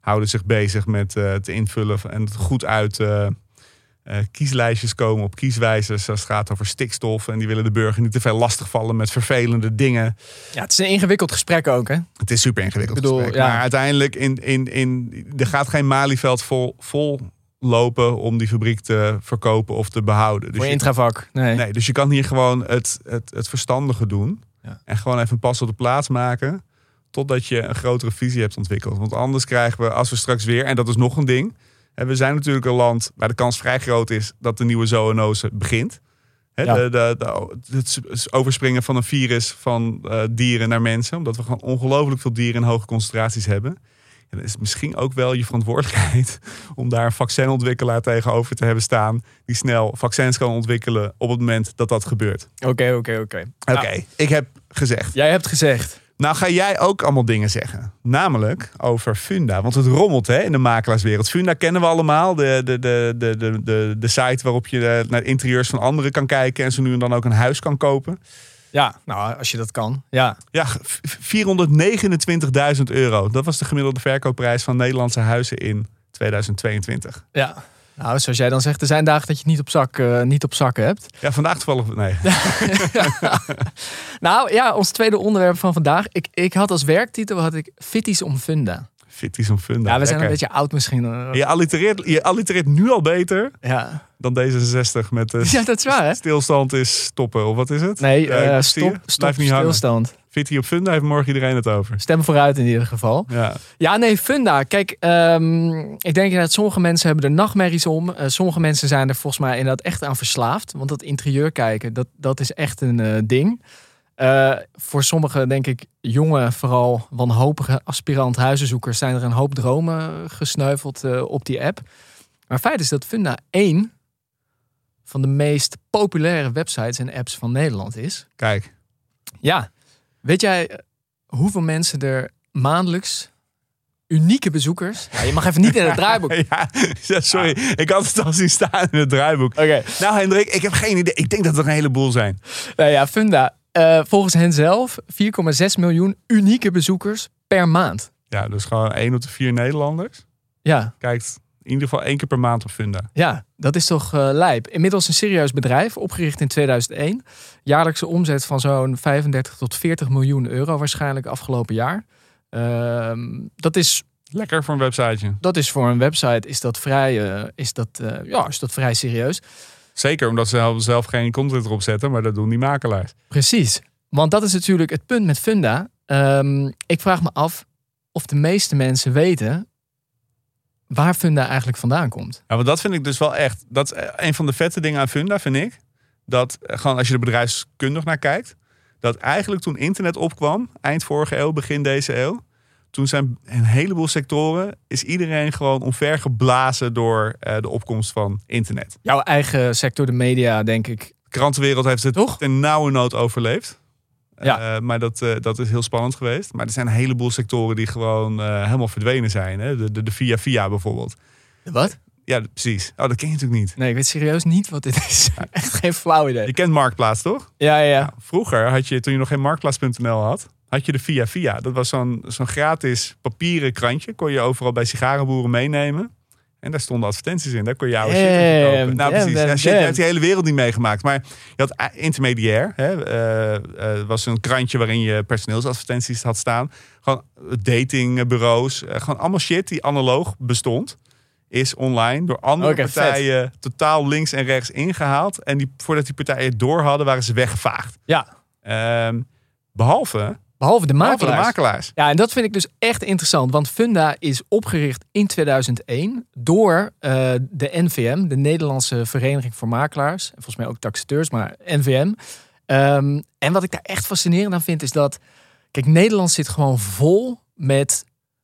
houden zich bezig met uh, het invullen en het goed uit uh, uh, kieslijstjes komen op kieswijzers als het gaat over stikstof. En die willen de burger niet te veel lastigvallen met vervelende dingen. Ja, het is een ingewikkeld gesprek ook, hè? Het is super ingewikkeld Ik bedoel, gesprek. ja. Maar uiteindelijk, in, in, in, er gaat geen Malieveld vol, vol lopen om die fabriek te verkopen of te behouden. Dus Voor je, Intravak. Nee. nee, dus je kan hier gewoon het, het, het verstandige doen. Ja. En gewoon even een pas op de plaats maken. Totdat je een grotere visie hebt ontwikkeld. Want anders krijgen we, als we straks weer, en dat is nog een ding. En we zijn natuurlijk een land waar de kans vrij groot is dat de nieuwe zoonose begint. He, Ja. de, de, de, het overspringen van een virus van uh, dieren naar mensen. Omdat we gewoon ongelooflijk veel dieren in hoge concentraties hebben. En dan is het misschien ook wel je verantwoordelijkheid om daar een vaccinontwikkelaar tegenover te hebben staan. Die snel vaccins kan ontwikkelen op het moment dat dat gebeurt. Oké, oké, oké. Oké, Nou, ik heb gezegd. jij hebt gezegd. Nou ga jij ook allemaal dingen zeggen. Namelijk over Funda. Want het rommelt hè, in de makelaarswereld. Funda kennen we allemaal. De, de, de, de, de, de, de site waarop je naar de interieurs van anderen kan kijken. En zo nu en dan ook een huis kan kopen. Ja, nou, als je dat kan. Ja. Ja, vierhonderdnegenentwintigduizend euro. Dat was de gemiddelde verkoopprijs van Nederlandse huizen in tweeduizend tweeëntwintig. Ja. Nou, zoals jij dan zegt, er zijn dagen dat je het niet op zak, uh, niet op zak hebt. Ja, vandaag toevallig... Nee. Nou ja, ons tweede onderwerp van vandaag. Ik, ik had als werktitel had ik Fitties om Funda. Fitties om Funda. Ja, we zijn Lekker. een beetje oud misschien. Uh, Je allitereert, je allitereert nu al beter ja. dan D zesenzestig met de Ja, dat is waar, hè? stilstand is stoppen. Of wat is het? Nee, Ja, uh, zie je? stop, stop, Blijf niet hangen. stilstand. Fitty op Funda heeft morgen iedereen het over. Stem vooruit in ieder geval. Ja. Ja, nee, Funda. Kijk, um, ik denk dat sommige mensen hebben er nachtmerries om. Uh, sommige mensen zijn er volgens mij inderdaad echt aan verslaafd. Want dat interieur kijken, dat, dat is echt een uh, ding. Uh, voor sommige, denk ik, jonge, vooral wanhopige aspirant huizenzoekers zijn er een hoop dromen gesneuveld uh, op die app. Maar feit is dat Funda één van de meest populaire websites en apps van Nederland is. Kijk. Ja, weet jij hoeveel mensen er maandelijks unieke bezoekers... Ja, je mag even niet in het draaiboek. Ja, ja, sorry. Ah. Ik had het al zien staan in het draaiboek. Oké. Okay. Nou Hendrik, ik heb geen idee. Ik denk dat er een heleboel zijn. Nou ja, Funda. Uh, volgens hen zelf vier komma zes miljoen unieke bezoekers per maand. Ja, dus gewoon één op de vier Nederlanders. Ja. Kijkt in ieder geval één keer per maand op Funda. Ja, dat is toch uh, lijp. Inmiddels een serieus bedrijf, opgericht in tweeduizend één. Jaarlijkse omzet van zo'n vijfendertig tot veertig miljoen euro waarschijnlijk afgelopen jaar. Uh, dat is... Lekker voor een websiteje. Dat is voor een website is dat vrij, uh, is dat, uh, ja, is dat vrij serieus. Zeker omdat ze zelf geen content erop zetten, maar dat doen die makelaars. Precies. Want dat is natuurlijk het punt met Funda. Um, ik vraag me af of de meeste mensen weten waar Funda eigenlijk vandaan komt. Ja, want dat vind ik dus wel echt. Dat is een van de vette dingen aan Funda, vind ik. Dat gewoon als je er bedrijfskundig naar kijkt. Dat eigenlijk toen internet opkwam, eind vorige eeuw, begin deze eeuw. Toen zijn een heleboel sectoren, is iedereen gewoon omvergeblazen door uh, de opkomst van internet. Jouw eigen sector, de media, denk ik. De krantenwereld heeft het Toch? ten nauwe nood overleefd. Ja. Uh, maar dat, uh, dat is heel spannend geweest. Maar er zijn een heleboel sectoren die gewoon uh, helemaal verdwenen zijn. Hè? De, de, de Via Via bijvoorbeeld. De wat? Ja, precies. Oh, dat ken je natuurlijk niet. Nee, ik weet serieus niet wat dit is. Echt geen flauw idee. Je kent Marktplaats, toch? Ja, ja, ja. Nou, vroeger had je, toen je nog geen marktplaats punt n l had, had je de Via Via. Dat was zo'n, zo'n gratis papieren krantje. Kon je overal bij sigarenboeren meenemen. En daar stonden advertenties in. Daar kon je jouw shit in kopen. Nou, damn, precies. damn, Ja, shit, je damn. hebt die hele wereld niet meegemaakt. Maar je had intermediair. Hè, uh, uh, was een krantje waarin je personeelsadvertenties had staan. Gewoon datingbureaus. Uh, gewoon allemaal shit die analoog bestond. Is online door andere Okay, partijen vet. totaal links en rechts ingehaald. En die, voordat die partijen het door hadden, waren ze weggevaagd. Ja, Um, behalve, behalve de behalve makelaars. de makelaars. Ja, en dat vind ik dus echt interessant. Want Funda is opgericht in tweeduizend één door uh, de N V M, de Nederlandse Vereniging voor Makelaars. En volgens mij ook taxateurs, maar N V M. Um, en wat ik daar echt fascinerend aan vind is dat... Kijk, Nederland zit gewoon vol met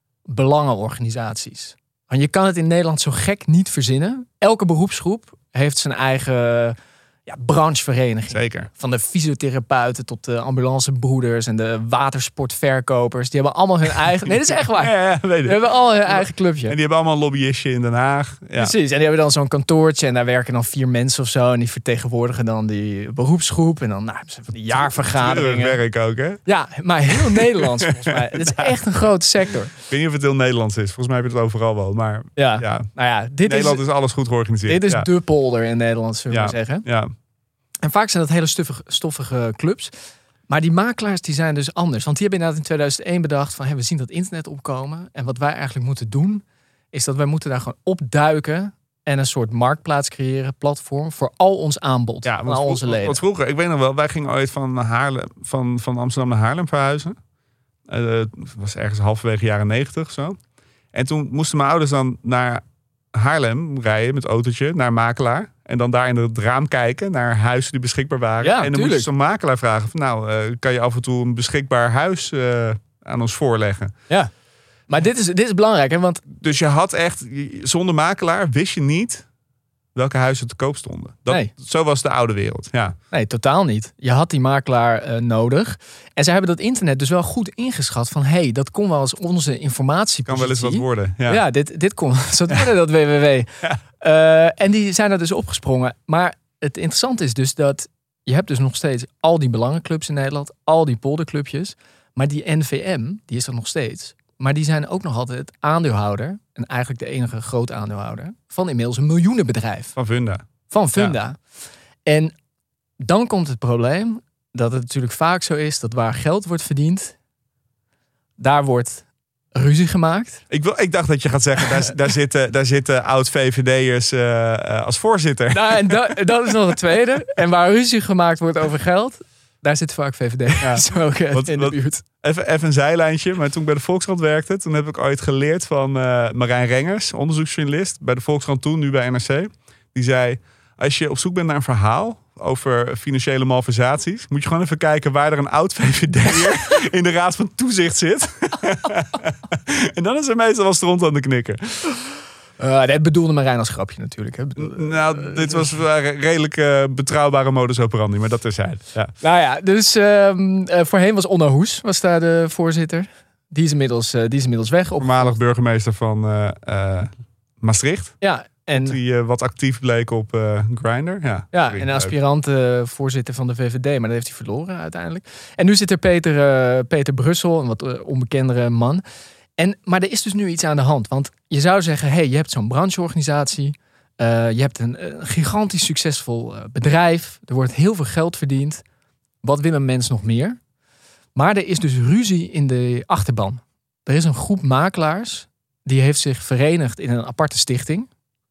belangenorganisaties. Want je kan het in Nederland zo gek niet verzinnen. Elke beroepsgroep heeft zijn eigen ja, branchevereniging. Zeker. Van de fysiotherapeuten tot de ambulancebroeders en de watersportverkopers. Die hebben allemaal hun eigen... Nee, dat is echt waar. Ja, ja, weet ik. Die hebben al hun eigen clubje. En die hebben allemaal een lobbyistje in Den Haag. Ja. Precies, en die hebben dan zo'n kantoortje en daar werken dan vier mensen of zo. En die vertegenwoordigen dan die beroepsgroep. En dan nou, hebben ze van die jaarvergaderingen. werk ook, hè? Ja, maar heel Nederlands volgens mij. Het is echt een grote sector. Ik weet niet of het heel Nederlands is. Volgens mij heb je het overal wel. Maar Ja, ja, nou ja, dit Nederland is, is alles goed georganiseerd. dit is ja. de polder in Nederland, zullen we Ja. maar zeggen. Ja. En vaak zijn dat hele stuffige, stoffige clubs. Maar die makelaars die zijn dus anders. Want die hebben inderdaad in tweeduizend één bedacht van... Hey, we zien dat internet opkomen. En wat wij eigenlijk moeten doen... is dat wij moeten daar gewoon opduiken... en een soort marktplaats creëren, platform... voor al ons aanbod, Ja, van want al vro- onze leden. Want vroeger, ik weet nog wel, wij gingen ooit van, Haarlem, van, van Amsterdam naar Haarlem verhuizen. Uh, het was ergens halverwege jaren negentig zo. En toen moesten mijn ouders dan naar Haarlem rijden met autootje naar een makelaar. En dan daar in het raam kijken naar huizen die beschikbaar waren. Ja, en dan tuurlijk. moest je zo'n makelaar vragen van nou, uh, kan je af en toe een beschikbaar huis uh, aan ons voorleggen. Ja. Maar dit is, dit is belangrijk, hè? Want Dus je had echt, zonder makelaar wist je niet welke huizen te koop stonden. Dat, Nee. Zo was de oude wereld, ja. nee, totaal niet. Je had die makelaar uh, nodig. En zij hebben dat internet dus wel goed ingeschat van... hé, hey, dat kon wel eens onze informatiepositie. Kan wel eens wat worden. Ja, Ja, dit, dit kon zo worden, dat W W W. Ja. Uh, en die zijn er dus opgesprongen. Maar het interessante is dus dat... je hebt dus nog steeds al die belangenclubs in Nederland... al die polderclubjes. Maar die N V M, die is er nog steeds. Maar die zijn ook nog altijd aandeelhouder... en eigenlijk de enige groot aandeelhouder... van inmiddels een miljoenenbedrijf. Van Funda. Van Funda. En dan komt het probleem... dat het natuurlijk vaak zo is... dat waar geld wordt verdiend... daar wordt ruzie gemaakt. Ik, wil, ik dacht dat je gaat zeggen, daar, daar zitten, daar zitten oud-V V D'ers uh, uh, als voorzitter. Nou, en dat, dat is nog het tweede. En waar ruzie gemaakt wordt over geld... daar zit vaak V V D ja. ook uh, Wat- in de wat- buurt. Even, even een zijlijntje, maar toen ik bij de Volkskrant werkte... toen heb ik ooit geleerd van uh, Marijn Rengers, onderzoeksjournalist... bij de Volkskrant toen, nu bij N R C. Die zei, als je op zoek bent naar een verhaal... over financiële malversaties... moet je gewoon even kijken waar er een oud-V V D'er... in de Raad van Toezicht zit. En dan is er meestal wel stront aan de knikken. Uh, dat bedoelde Marijn als grapje natuurlijk. Hè. Bedoel, Nou, dit was wel een redelijk uh, betrouwbare modus operandi, maar dat terzijde. Ja. Nou ja, dus um, uh, voorheen was Onno Hoes was daar de voorzitter. Die is inmiddels, uh, die is inmiddels weg. Op, Voormalig burgemeester van uh, uh, Maastricht. ja, en, Die uh, wat actief bleek op uh, Grindr. Ja, ja, sorry, en een leuk. aspirant uh, voorzitter van de V V D. Maar dat heeft hij verloren uiteindelijk. En nu zit er Peter, uh, Peter Brussel, een wat uh, onbekendere man. En, maar er is dus nu iets aan de hand. Want je zou zeggen, hey, je hebt zo'n brancheorganisatie. Uh, je hebt een, een gigantisch succesvol uh, bedrijf. Er wordt heel veel geld verdiend. Wat wil een mens nog meer? Maar er is dus ruzie in de achterban. Er is een groep makelaars. Die heeft zich verenigd in een aparte stichting.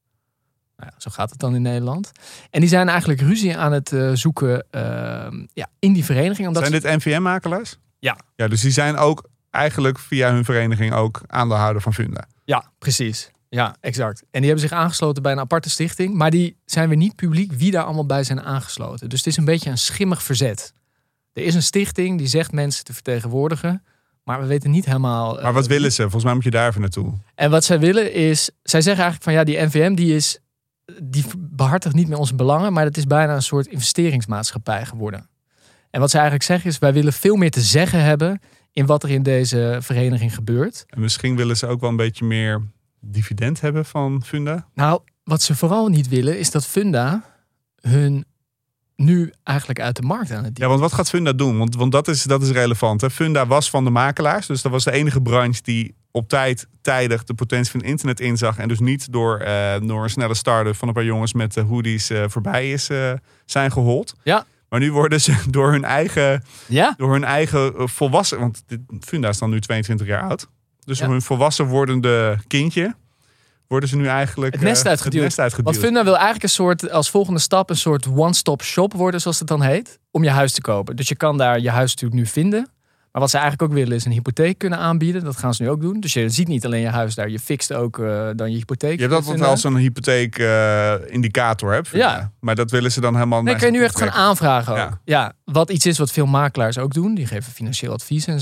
Nou ja, zo gaat het dan in Nederland. En die zijn eigenlijk ruzie aan het uh, zoeken uh, ja, in die vereniging. Omdat Zijn ze- dit N V M-makelaars? Ja. Ja, dus die zijn ook eigenlijk via hun vereniging ook aandeelhouder van Funda. Ja, precies. Ja, exact. En die hebben zich aangesloten bij een aparte stichting. Maar die zijn weer niet publiek wie daar allemaal bij zijn aangesloten. Dus het is een beetje een schimmig verzet. Er is een stichting die zegt mensen te vertegenwoordigen. Maar we weten niet helemaal... Maar wat willen ze? Volgens mij moet je daar even naartoe. En wat zij willen is... Zij zeggen eigenlijk van ja, die N V M die is... Die behartigt niet meer onze belangen. Maar het is bijna een soort investeringsmaatschappij geworden. En wat zij eigenlijk zeggen is... Wij willen veel meer te zeggen hebben... in wat er in deze vereniging gebeurt. En misschien willen ze ook wel een beetje meer dividend hebben van Funda. Nou, wat ze vooral niet willen is dat Funda hun nu eigenlijk uit de markt aan het Ja, dienen. want wat gaat Funda doen? Want, want dat, is, dat is relevant. Hè? Funda was van de makelaars. Dus dat was de enige branche die op tijd tijdig de potentie van internet inzag. En dus niet door, uh, door een snelle start-up van een paar jongens met uh, hoodies uh, voorbij is, uh, zijn gehold. Ja. Maar nu worden ze door hun eigen, Ja? door hun eigen uh, volwassen... Want dit, Funda is dan nu tweeëntwintig jaar oud. Dus Ja. door hun volwassen wordende kindje... worden ze nu eigenlijk Het nest uh, uitgeduwd. Het nest uitgeduwd. Want Funda wil eigenlijk een soort, als volgende stap, een soort one-stop shop worden, zoals het dan heet, om je huis te kopen. Dus je kan daar je huis natuurlijk nu vinden. Maar wat ze eigenlijk ook willen is een hypotheek kunnen aanbieden. Dat gaan ze nu ook doen. Dus je ziet niet alleen je huis daar, je fixt ook uh, dan je hypotheek. Je hebt altijd wel zo'n hypotheek uh, indicator, hè? Ja. Maar dat willen ze dan helemaal... Nee, naar kan je nu zich echt gaan trekken. aanvragen ook. Ja. Ja, wat iets is wat veel makelaars ook doen. Die geven financieel advies en zo.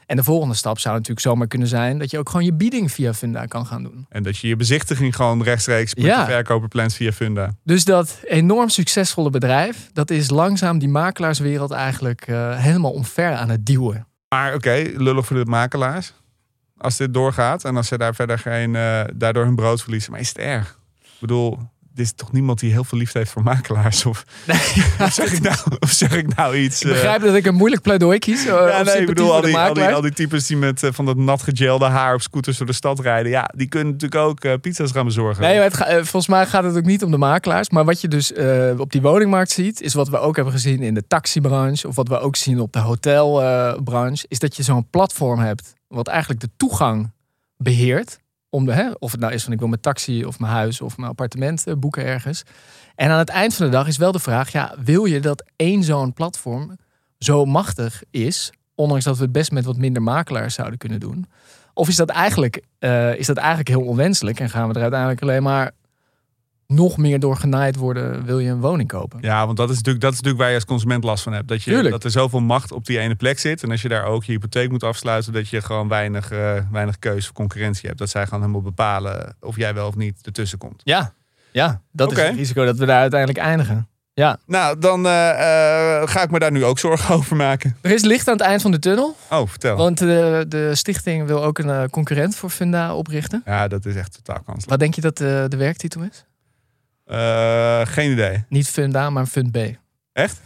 En de volgende stap zou natuurlijk zomaar kunnen zijn dat je ook gewoon je bieding via Funda kan gaan doen. En dat je je bezichtiging gewoon rechtstreeks met Ja. de verkoper plant via Funda. Dus dat enorm succesvolle bedrijf, dat is langzaam die makelaarswereld eigenlijk uh, helemaal omver aan het duwen. Maar oké, okay, lullig voor de makelaars. Als dit doorgaat en als ze daar verder geen, uh, daardoor hun brood verliezen. Maar is het erg? Ik bedoel, dit is toch niemand die heel veel liefde heeft voor makelaars? Of, Nee, of, zeg, ik nou, of zeg ik nou iets? Ik begrijp uh, dat ik een moeilijk pleidooi kies. Uh, ja, nee, ik bedoel, al die, al, die, al die types die met uh, van dat nat gegelde haar op scooters door de stad rijden. Ja, die kunnen natuurlijk ook uh, pizza's gaan bezorgen. Nee, het ga, uh, volgens mij gaat het ook niet om de makelaars. Maar wat je dus uh, op die woningmarkt ziet, is wat we ook hebben gezien in de taxibranche. Of wat we ook zien op de hotelbranche. Uh, is dat je zo'n platform hebt wat eigenlijk de toegang beheert. Om de, hè, of het nou is van ik wil mijn taxi of mijn huis of mijn appartement uh, boeken ergens. En aan het eind van de dag is wel de vraag, ja, wil je dat één zo'n platform zo machtig is, ondanks dat we het best met wat minder makelaars zouden kunnen doen? Of is dat eigenlijk, uh, is dat eigenlijk heel onwenselijk en gaan we er uiteindelijk alleen maar nog meer door genaaid worden, wil je een woning kopen? Ja, want dat is natuurlijk, dat is natuurlijk waar je als consument last van hebt. Dat, je, dat er zoveel macht op die ene plek zit. En als je daar ook je hypotheek moet afsluiten, dat je gewoon weinig, uh, weinig keuze of concurrentie hebt. Dat zij gewoon helemaal bepalen of jij wel of niet ertussen komt. Ja, ja dat okay. is het risico dat we daar uiteindelijk eindigen. Ja. Nou, dan uh, uh, ga ik me daar nu ook zorgen over maken. Er is licht aan het eind van de tunnel. Oh, vertel. Want de, de stichting wil ook een uh, concurrent voor Funda oprichten. Ja, dat is echt totaal kansloos. Wat denk je dat uh, de werktitel is? Uh, geen idee. Niet Funda, maar Fund B. Echt?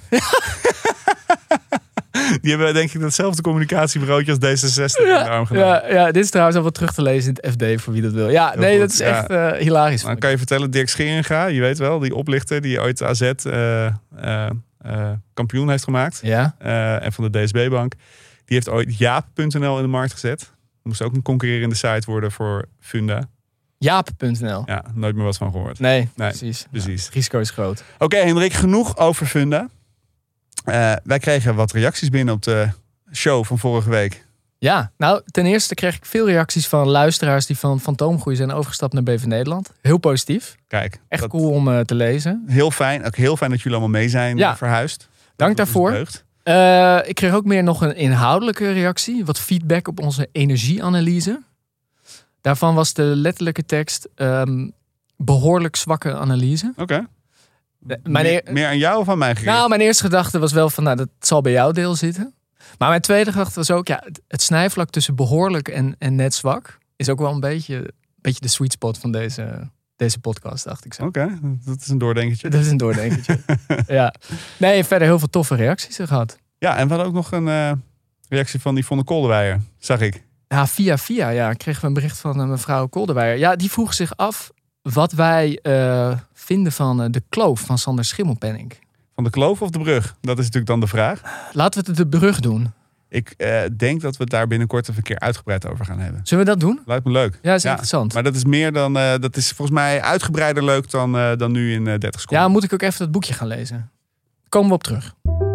Die hebben denk ik datzelfde communicatiebureautje als D zesenzestig ja, in de arm gedaan. Ja, ja, dit is trouwens al wat terug te lezen in het F D voor wie dat wil. Ja, Heel nee, goed. Dat is ja. echt uh, hilarisch. Dan kan je vertellen, Dirk Scheringa, je weet wel, die oplichter die ooit A Z uh, uh, uh, kampioen heeft gemaakt. Ja. Uh, en van de D S B-bank. Die heeft ooit jaap punt n l in de markt gezet. Moest ook een concurrerende site worden voor Funda. jaap punt n l. Ja, nooit meer wat van gehoord. Nee, nee precies. precies. Ja, het risico is groot. Oké, okay, Hendrik, genoeg over Funda. Uh, wij kregen wat reacties binnen op de show van vorige week. Ja, nou, ten eerste kreeg ik veel reacties van luisteraars die van Fantoomgroei zijn overgestapt naar B V Nederland. Heel positief. Kijk. Echt cool om uh, te lezen. Heel fijn. Ook heel fijn dat jullie allemaal mee zijn ja. verhuisd. Dank daarvoor. Uh, ik kreeg ook meer nog een inhoudelijke reactie. Wat feedback op onze energieanalyse. Daarvan was de letterlijke tekst um, behoorlijk zwakke analyse. Oké. Okay. Meer, meer aan jou of aan mij gericht? Nou, mijn eerste gedachte was wel van, nou, dat zal bij jouw deel zitten. Maar mijn tweede gedachte was ook, ja, het snijvlak tussen behoorlijk en, en net zwak is ook wel een beetje, een beetje de sweet spot van deze, deze podcast, dacht ik zo. Oké, okay, dat is een doordenkertje. Dat is een doordenkertje. Ja. Nee, verder heel veel toffe reacties gehad. Ja, en we hadden ook nog een uh, reactie van Yvonne Kolderweijer, zag ik. Ja, via via, ja, kregen we een bericht van uh, mevrouw Kolderweijer. Ja, die vroeg zich af wat wij uh, vinden van uh, de kloof van Sander Schimmelpenninck. Van de kloof of de brug? Dat is natuurlijk dan de vraag. Laten we het de brug doen. Ik uh, denk dat we het daar binnenkort even een keer uitgebreid over gaan hebben. Zullen we dat doen? Lijkt me leuk. Ja, dat is ja, interessant. Maar dat is meer dan, uh, dat is volgens mij uitgebreider leuk dan, uh, dan nu in uh, dertig seconden. Ja, moet ik ook even dat boekje gaan lezen. Komen we op terug.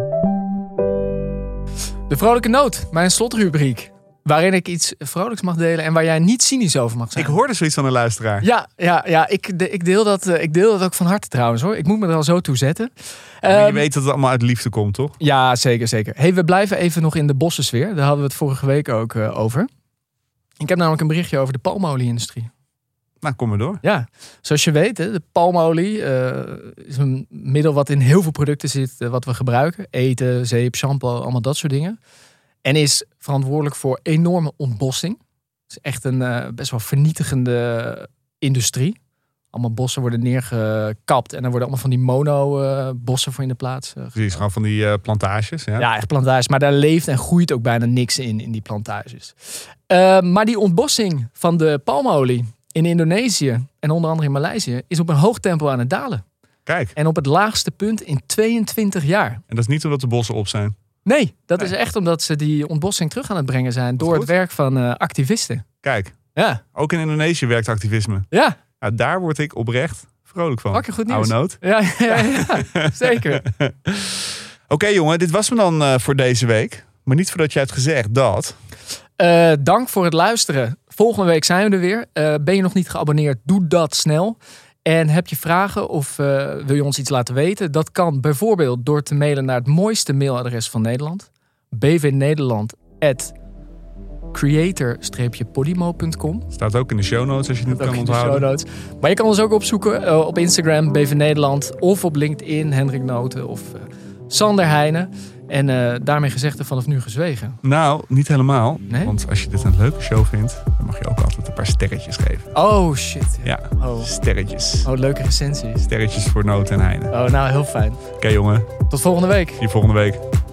De vrolijke noot, mijn slotrubriek. Waarin ik iets vrolijks mag delen en waar jij niet cynisch over mag zijn. Ik hoorde zoiets van een luisteraar. Ja, ja, ja ik, de, ik, deel dat, ik deel dat ook van harte trouwens hoor. Ik moet me er al zo toe zetten. Ja, um, je weet dat het allemaal uit liefde komt, toch? Ja, zeker, zeker. Hey, we blijven even nog in de bossensfeer. Daar hadden we het vorige week ook uh, over. Ik heb namelijk een berichtje over de palmolie-industrie. Nou, kom maar door. Ja, zoals je weet, de palmolie uh, is een middel wat in heel veel producten zit uh, wat we gebruiken. Eten, zeep, shampoo, allemaal dat soort dingen. En is verantwoordelijk voor enorme ontbossing. Het is echt een uh, best wel vernietigende industrie. Allemaal bossen worden neergekapt en dan worden allemaal van die mono-bossen uh, voor in de plaats. Uh, Precies, gewoon van die uh, plantages. Ja. ja, echt plantages. Maar daar leeft en groeit ook bijna niks in, in die plantages. Uh, maar die ontbossing van de palmolie in Indonesië en onder andere in Maleisië is op een hoog tempo aan het dalen. Kijk. En op het laagste punt in tweeëntwintig jaar. En dat is niet omdat de bossen op zijn? Nee, dat nee. is echt omdat ze die ontbossing terug aan het brengen zijn door het werk van uh, activisten. Kijk, ja. Ook in Indonesië werkt activisme. Ja. Nou, daar word ik oprecht vrolijk van. Pak je goed nieuws. Oude noot. Ja, ja, ja, ja zeker. Oké okay, jongen, dit was me dan uh, voor deze week. Maar niet voordat jij hebt gezegd dat... Uh, dank voor het luisteren. Volgende week zijn we er weer. Uh, ben je nog niet geabonneerd? Doe dat snel. En heb je vragen of uh, wil je ons iets laten weten? Dat kan bijvoorbeeld door te mailen naar het mooiste mailadres van Nederland. b v nederland apenstaartje creator podimo punt com. Staat ook in de show notes als je het Dat kan ook in de onthouden. show notes. Maar je kan ons ook opzoeken uh, op Instagram, B V Nederland. Of op LinkedIn, Hendrik Noten of uh, Sander Heijnen. En uh, daarmee gezegd er vanaf nu gezwegen. Nou, niet helemaal. Nee? Want als je dit een leuke show vindt, dan mag je ook altijd een paar sterretjes geven. Oh shit. Ja, Oh, sterretjes. oh leuke recensies. Sterretjes voor Noot en Heine. Oh, nou heel fijn. Oké, okay, jongen. Tot volgende week. Zie je volgende week.